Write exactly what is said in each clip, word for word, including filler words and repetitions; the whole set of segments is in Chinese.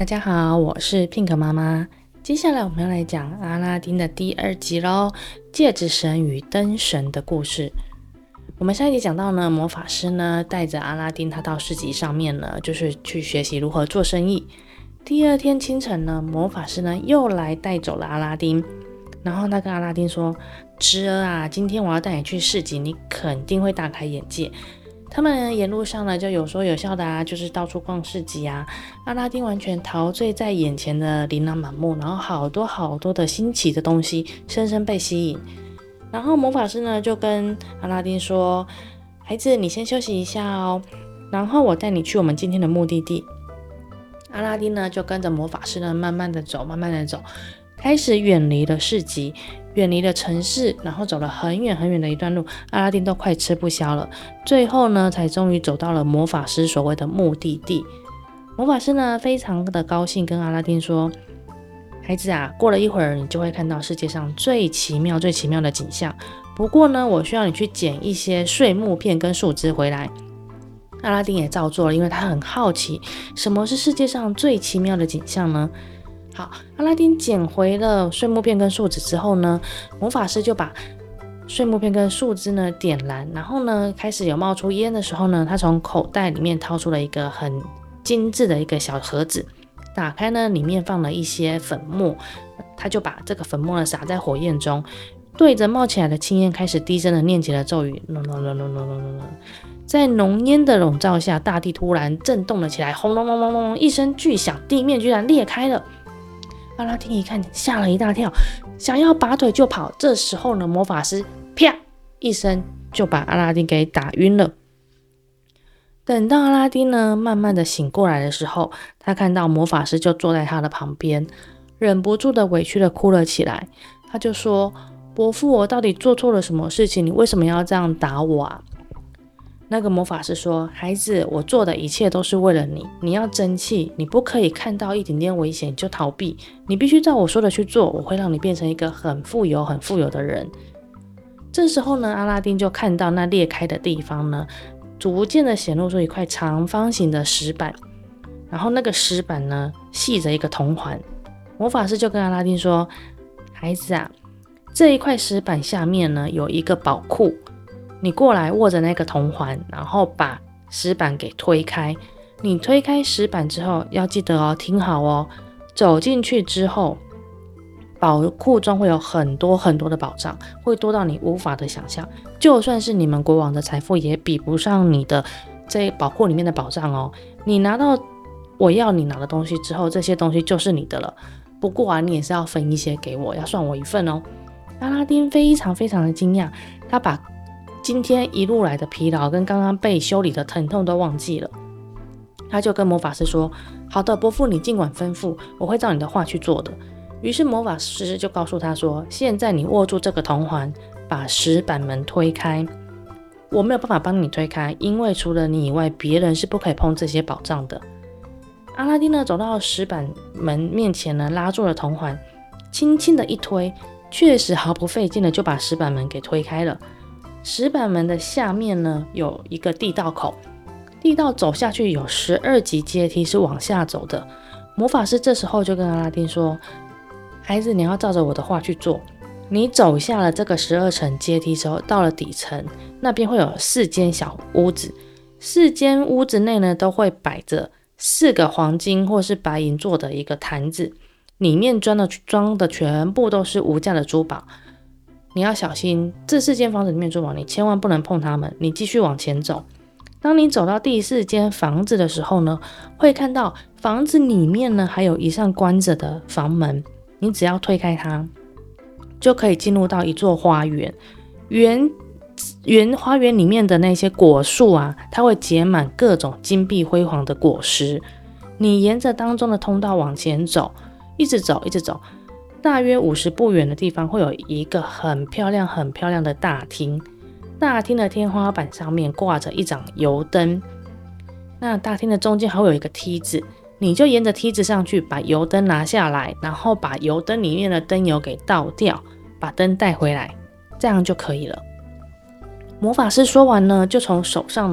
家好，我是 Pink 妈妈。接下来我们要来讲阿拉丁的第二集咯，戒指神与灯神的故事。我们上一集讲到呢，魔法师呢带着阿拉丁他到市集上面呢，就是去学习如何做生意。第二天清晨呢，魔法师呢又来带走了阿拉丁，然后他跟阿拉丁说：侄儿啊，今天我要带你去市集，你肯定会大开眼界。他们沿路上呢就有说有笑的啊，就是到处逛市集啊。阿拉丁完全陶醉在眼前的琳琅满目，然后好多好多的新奇的东西，深深被吸引。然后魔法师呢就跟阿拉丁说：孩子，你先休息一下哦，然后我带你去我们今天的目的地。阿拉丁呢就跟着魔法师呢慢慢的走，慢慢的走，开始远离了市集，远离了城市，然后走了很远很远的一段路，阿拉丁都快吃不消了。最后呢，才终于走到了魔法师所谓的目的地。魔法师呢，非常的高兴，跟阿拉丁说：孩子啊，过了一会儿，你就会看到世界上最奇妙、最奇妙的景象。不过呢，我需要你去捡一些碎木片跟树枝回来。阿拉丁也照做了，因为他很好奇，什么是世界上最奇妙的景象呢？好，阿拉丁捡回了碎木片跟树枝之后呢，魔法师就把碎木片跟树枝呢点燃，然后呢开始有冒出烟的时候呢，他从口袋里面掏出了一个很精致的一个小盒子，打开呢，里面放了一些粉末，他就把这个粉末呢撒在火焰中，对着冒起来的青烟开始低声的念起了咒语。在浓烟的笼罩下，大地突然震动了起来，轰隆隆隆隆一声巨响，地面居然裂开了。阿拉丁一看，吓了一大跳，想要拔腿就跑。这时候呢，魔法师啪一声就把阿拉丁给打晕了。等到阿拉丁呢慢慢的醒过来的时候，他看到魔法师就坐在他的旁边，忍不住的委屈的哭了起来。他就说：伯父，我到底做错了什么事情？你为什么要这样打我啊？那个魔法师说：孩子，我做的一切都是为了你，你要争气，你不可以看到一点点危险就逃避，你必须照我说的去做，我会让你变成一个很富有很富有的人。这时候呢，阿拉丁就看到那裂开的地方呢，逐渐的显露出一块长方形的石板，然后那个石板呢系着一个铜环。魔法师就跟阿拉丁说：孩子啊，这一块石板下面呢有一个宝库，你过来握着那个铜环，然后把石板给推开。你推开石板之后，要记得哦，听好哦，走进去之后，宝库中会有很多很多的宝藏，会多到你无法的想象。就算是你们国王的财富，也比不上你的这宝库里面的宝藏哦。你拿到我要你拿的东西之后，这些东西就是你的了。不过啊，你也是要分一些给我，要算我一份哦。阿拉丁非常非常的惊讶，他把今天一路来的疲劳跟刚刚被修理的疼痛都忘记了。他就跟魔法师说：好的，伯父，你尽管吩咐，我会照你的话去做的。于是魔法师就告诉他说：现在你握住这个铜环，把石板门推开。我没有办法帮你推开，因为除了你以外，别人是不可以碰这些宝藏的。阿拉丁呢走到石板门面前呢，拉住了铜环，轻轻的一推，确实毫不费劲的就把石板门给推开了。石板门的下面呢有一个地道口，地道走下去有十二级阶梯是往下走的。魔法师这时候就跟阿拉丁说：孩子，你要照着我的话去做。你走下了这个十二层阶梯之后，到了底层那边会有四间小屋子，四间屋子内呢都会摆着四个黄金或是白银做的一个坛子，里面装的装的全部都是无价的珠宝。你要小心，这四间房子里面珠宝，你千万不能碰它们。你继续往前走，当你走到第四间房子的时候呢，会看到房子里面呢还有一扇关着的房门，你只要推开它，就可以进入到一座花园。园园花园里面的那些果树啊，它会结满各种金碧辉煌的果实。你沿着当中的通道往前走，一直走，一直走。大约五十步远的地方会有一个很漂亮很漂亮的大厅，大厅的天花板上面挂着一盏油灯，那大厅的中间还会有一个梯子，你就沿着梯子上去，把油灯拿下来，然后把油灯里面的灯油给倒掉，把灯带回来，这样就可以了。魔法师说完呢，就从手上呢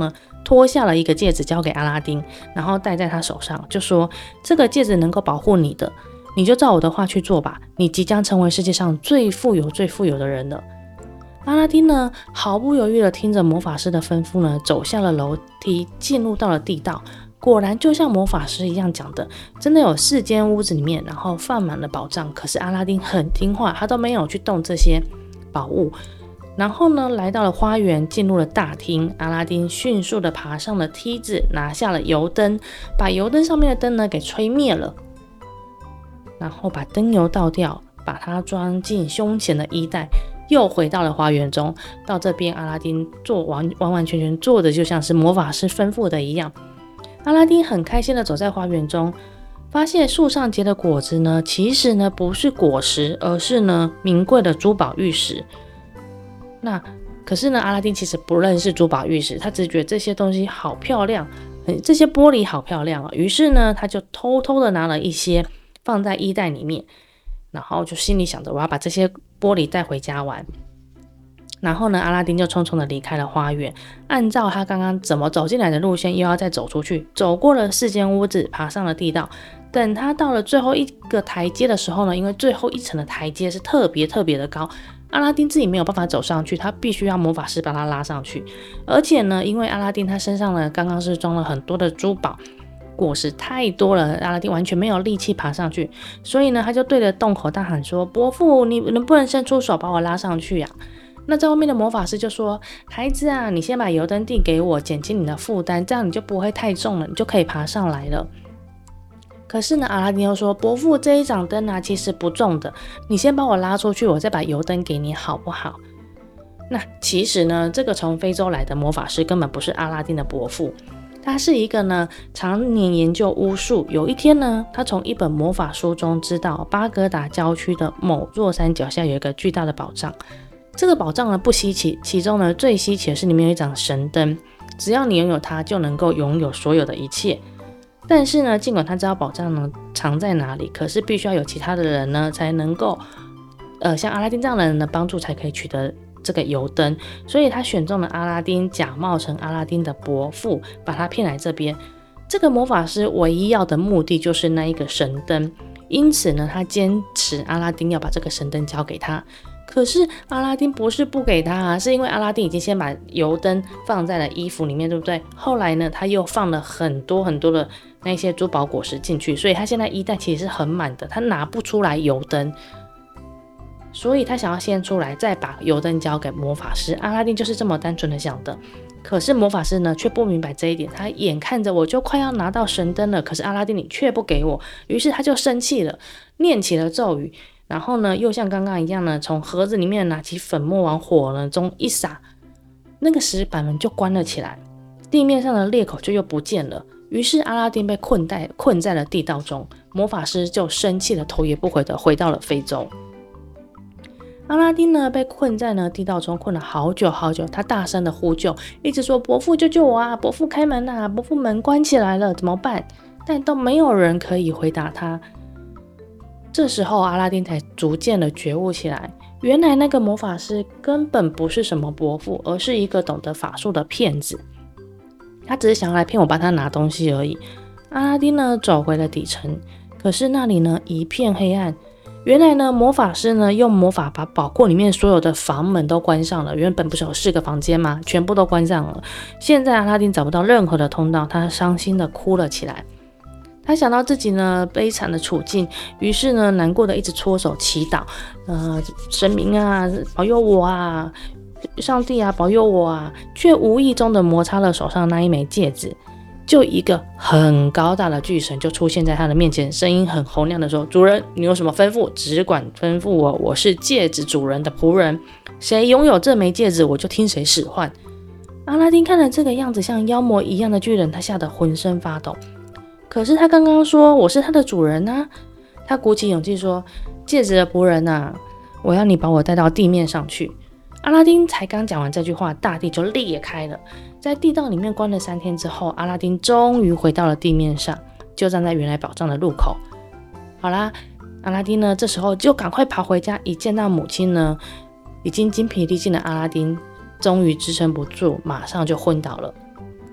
脱下了一个戒指交给阿拉丁，然后戴在他手上，就说这个戒指能够保护你的，你就照我的话去做吧，你即将成为世界上最富有最富有的人了。阿拉丁呢毫不犹豫的听着魔法师的吩咐呢，走下了楼梯，进入到了地道。果然就像魔法师一样讲的，真的有四间屋子里面，然后放满了宝藏。可是阿拉丁很听话，他都没有去动这些宝物。然后呢，来到了花园，进入了大厅。阿拉丁迅速的爬上了梯子，拿下了油灯，把油灯上面的灯呢给吹灭了，然后把灯油倒掉，把它装进胸前的衣袋，又回到了花园中。到这边，阿拉丁做完完完全全做的就像是魔法师吩咐的一样。阿拉丁很开心的走在花园中，发现树上结的果子呢，其实呢不是果实，而是呢名贵的珠宝玉石。那可是呢，阿拉丁其实不认识珠宝玉石，他只觉得这些东西好漂亮，这些玻璃好漂亮啊。于是呢，他就偷偷的拿了一些放在衣袋里面，然后就心里想着我要把这些玻璃带回家玩。然后呢，阿拉丁就匆匆的离开了花园，按照他刚刚怎么走进来的路线，又要再走出去，走过了四间屋子，爬上了地道。等他到了最后一个台阶的时候呢，因为最后一层的台阶是特别特别的高，阿拉丁自己没有办法走上去，他必须要魔法师把他拉上去。而且呢，因为阿拉丁他身上呢刚刚是装了很多的珠宝，果实太多了，阿拉丁完全没有力气爬上去，所以呢，他就对着洞口大喊说：伯父，你能不能伸出手把我拉上去呀、啊？那在外面的魔法师就说：孩子啊，你先把油灯递给我，减轻你的负担，这样你就不会太重了，你就可以爬上来了。可是呢，阿拉丁又说：伯父，这一盏灯啊其实不重的，你先把我拉出去，我再把油灯给你好不好？那其实呢，这个从非洲来的魔法师根本不是阿拉丁的伯父，他是一个呢常年研究巫术。有一天呢，他从一本魔法书中知道巴格达郊区的某座山脚下有一个巨大的宝藏。这个宝藏呢不稀奇，其中呢最稀奇的是里面有一盏神灯，只要你拥有它，就能够拥有所有的一切。但是呢，尽管他知道宝藏呢藏在哪里，可是必须要有其他的人呢才能够，呃，像阿拉丁这样的人的帮助，才可以取得这个油灯。所以他选中了阿拉丁，假冒成阿拉丁的伯父，把他骗来这边。这个魔法师唯一要的目的就是那一个神灯，因此呢，他坚持阿拉丁要把这个神灯交给他。可是阿拉丁不是不给他啊，是因为阿拉丁已经先把油灯放在了衣服里面，对不对？后来呢，他又放了很多很多的那些珠宝果实进去，所以他现在衣袋其实是很满的，他拿不出来油灯，所以他想要先出来，再把油灯交给魔法师。阿拉丁就是这么单纯的想的。可是魔法师呢，却不明白这一点，他眼看着我就快要拿到神灯了，可是阿拉丁你却不给我，于是他就生气了，念起了咒语。然后呢，又像刚刚一样呢，从盒子里面拿起粉末往火呢中一撒，那个石板门就关了起来，地面上的裂口就又不见了。于是阿拉丁被困在困在了地道中，魔法师就生气的头也不回的回到了非洲。阿拉丁呢被困在呢地道中，困了好久好久，他大声的呼救，一直说：伯父救救我啊，伯父开门啊，伯父门关起来了，怎么办？但都没有人可以回答他。这时候阿拉丁才逐渐的觉悟起来，原来那个魔法师根本不是什么伯父，而是一个懂得法术的骗子，他只是想要来骗我帮他拿东西而已。阿拉丁呢走回了底层，可是那里呢一片黑暗。原来呢魔法师呢用魔法把宝库里面所有的房门都关上了，原本不是有四个房间吗？全部都关上了。现在阿拉丁找不到任何的通道，他伤心的哭了起来。他想到自己呢悲惨的处境，于是呢难过的一直搓手祈祷，呃，神明啊保佑我啊，上帝啊保佑我啊，却无意中的摩擦了手上那一枚戒指。就一个很高大的巨神就出现在他的面前，声音很洪亮的说：主人，你有什么吩咐？只管吩咐我，我是戒指主人的仆人，谁拥有这枚戒指，我就听谁使唤。阿拉丁看了这个样子像妖魔一样的巨人，他吓得浑身发抖。可是他刚刚说我是他的主人啊，他鼓起勇气说：戒指的仆人啊，我要你把我带到地面上去。阿拉丁才刚讲完这句话，大地就裂开了。在地道里面关了三天之后，阿拉丁终于回到了地面上，就站在原来宝藏的入口。好啦，阿拉丁呢这时候就赶快跑回家，一见到母亲呢已经精疲力尽的阿拉丁终于支撑不住，马上就昏倒了。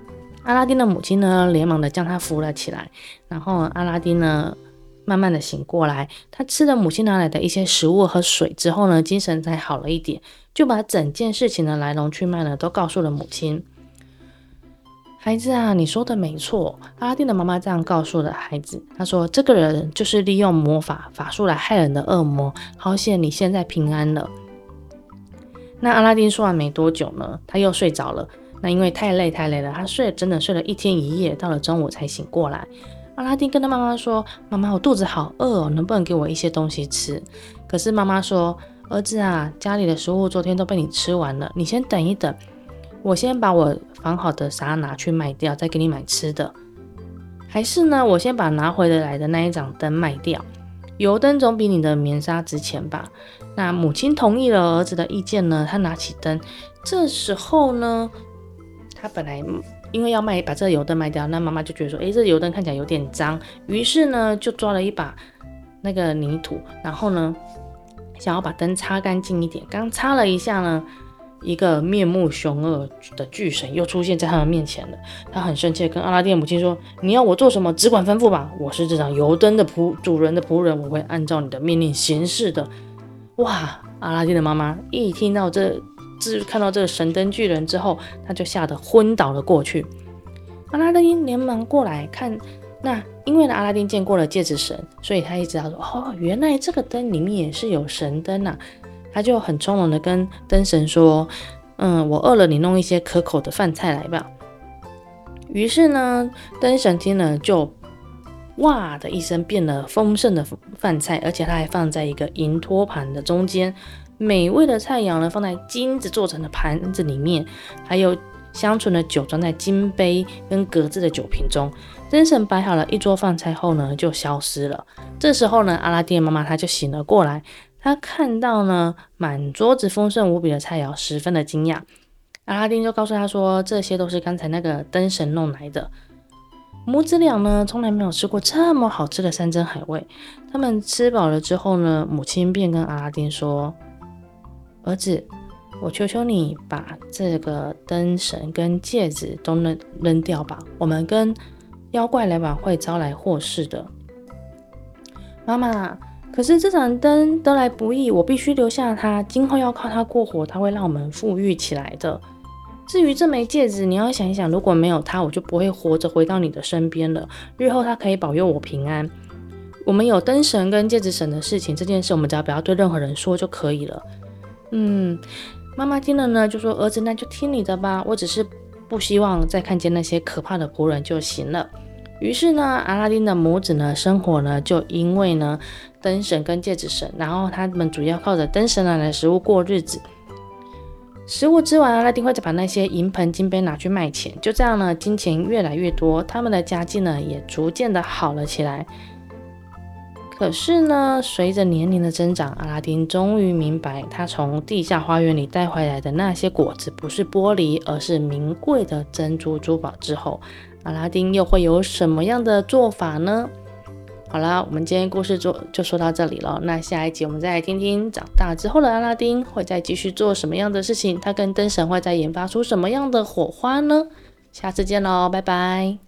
阿拉丁的母亲呢，连忙的将他扶了起来，然后阿拉丁呢，慢慢的醒过来。他吃了母亲拿来的一些食物和水之后呢，精神才好了一点，就把整件事情的来龙去脉呢，都告诉了母亲。孩子啊，你说的没错。阿拉丁的妈妈这样告诉了孩子，他说这个人就是利用魔法法术来害人的恶魔，好险你现在平安了。那阿拉丁说完没多久呢，他又睡着了。那因为太累太累了，他睡了整整睡了一天一夜，到了中午才醒过来。阿拉丁跟他妈妈说，妈妈，我肚子好饿哦，能不能给我一些东西吃？可是妈妈说，儿子啊，家里的食物昨天都被你吃完了，你先等一等，我先把我绑好的纱拿去卖掉，再给你买吃的。还是呢，我先把拿回来的那一盏灯卖掉，油灯总比你的棉纱值钱吧。那母亲同意了儿子的意见呢，他拿起灯。这时候呢，他本来因为要卖把这个油灯卖掉，那妈妈就觉得说，诶，这个油灯看起来有点脏，于是呢就抓了一把那个泥土，然后呢想要把灯擦干净一点。刚擦了一下呢，一个面目凶恶的巨神又出现在他们面前了。他很生气的跟阿拉丁的母亲说，你要我做什么只管吩咐吧，我是这盏油灯的仆主人的仆人，我会按照你的命令行事的。哇，阿拉丁的妈妈一听到这看到这个神灯巨人之后，他就吓得昏倒了过去。阿拉丁连忙过来看，那因为呢阿拉丁见过了戒指神，所以他一直道说，哦，原来这个灯里面也是有神灯啊。他就很从容的跟灯神说，嗯，我饿了，你弄一些可口的饭菜来吧。于是呢，灯神听了就哇的一声变了丰盛的饭菜，而且它还放在一个银托盘的中间。美味的菜肴呢，放在金子做成的盘子里面，还有香醇的酒装在金杯跟格子的酒瓶中。灯神摆好了一桌饭菜后呢，就消失了。这时候呢，阿拉丁的妈妈她就醒了过来，她看到呢满桌子丰盛无比的菜肴，十分的惊讶。阿拉丁就告诉她说，这些都是刚才那个灯神弄来的。母子俩呢，从来没有吃过这么好吃的山珍海味。他们吃饱了之后呢，母亲便跟阿拉丁说，儿子，我求求你把这个灯神跟戒指都扔扔掉吧，我们跟妖怪来晚会招来祸事的。妈妈，可是这盏灯得来不易，我必须留下它，今后要靠它过活，它会让我们富裕起来的。至于这枚戒指，你要想一想，如果没有它，我就不会活着回到你的身边了，日后它可以保佑我平安。我们有灯神跟戒指神的事情，这件事我们只要不要对任何人说就可以了。嗯，妈妈听了呢，就说，儿子，那就听你的吧，我只是不希望再看见那些可怕的仆人就行了。于是呢，阿拉丁的母子呢，生活呢就因为呢灯神跟戒指神，然后他们主要靠着灯神来的食物过日子。食物吃完，阿拉丁会再把那些银盆金杯拿去卖钱，就这样呢，金钱越来越多，他们的家境呢也逐渐的好了起来。可是呢，随着年龄的增长，阿拉丁终于明白，他从地下花园里带回来的那些果子不是玻璃，而是名贵的珍珠珠宝之后，阿拉丁又会有什么样的做法呢？好啦，我们今天故事就就说到这里了。那下一集我们再来听听长大之后的阿拉丁会再继续做什么样的事情，他跟灯神会再研发出什么样的火花呢？下次见咯，拜拜。